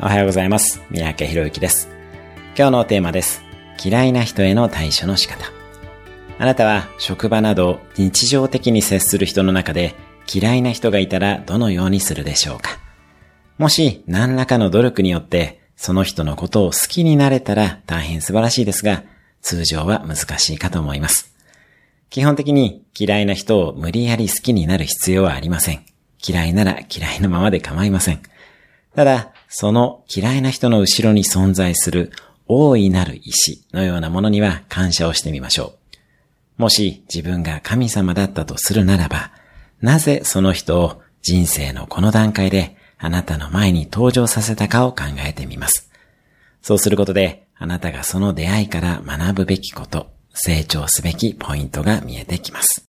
おはようございます。三宅宏之です。今日のテーマです。嫌いな人への対処の仕方。あなたは職場など日常的に接する人の中で嫌いな人がいたらどのようにするでしょうか。もし何らかの努力によってその人のことを好きになれたら大変素晴らしいですが、通常は難しいかと思います。基本的に嫌いな人を無理やり好きになる必要はありません。嫌いなら嫌いのままで構いません。ただ、その嫌いな人の後ろに存在する大いなる意志のようなものには感謝をしてみましょう。もし自分が神様だったとするならば、なぜその人を人生のこの段階であなたの前に登場させたかを考えてみます。そうすることで、あなたがその出会いから学ぶべきこと、成長すべきポイントが見えてきます。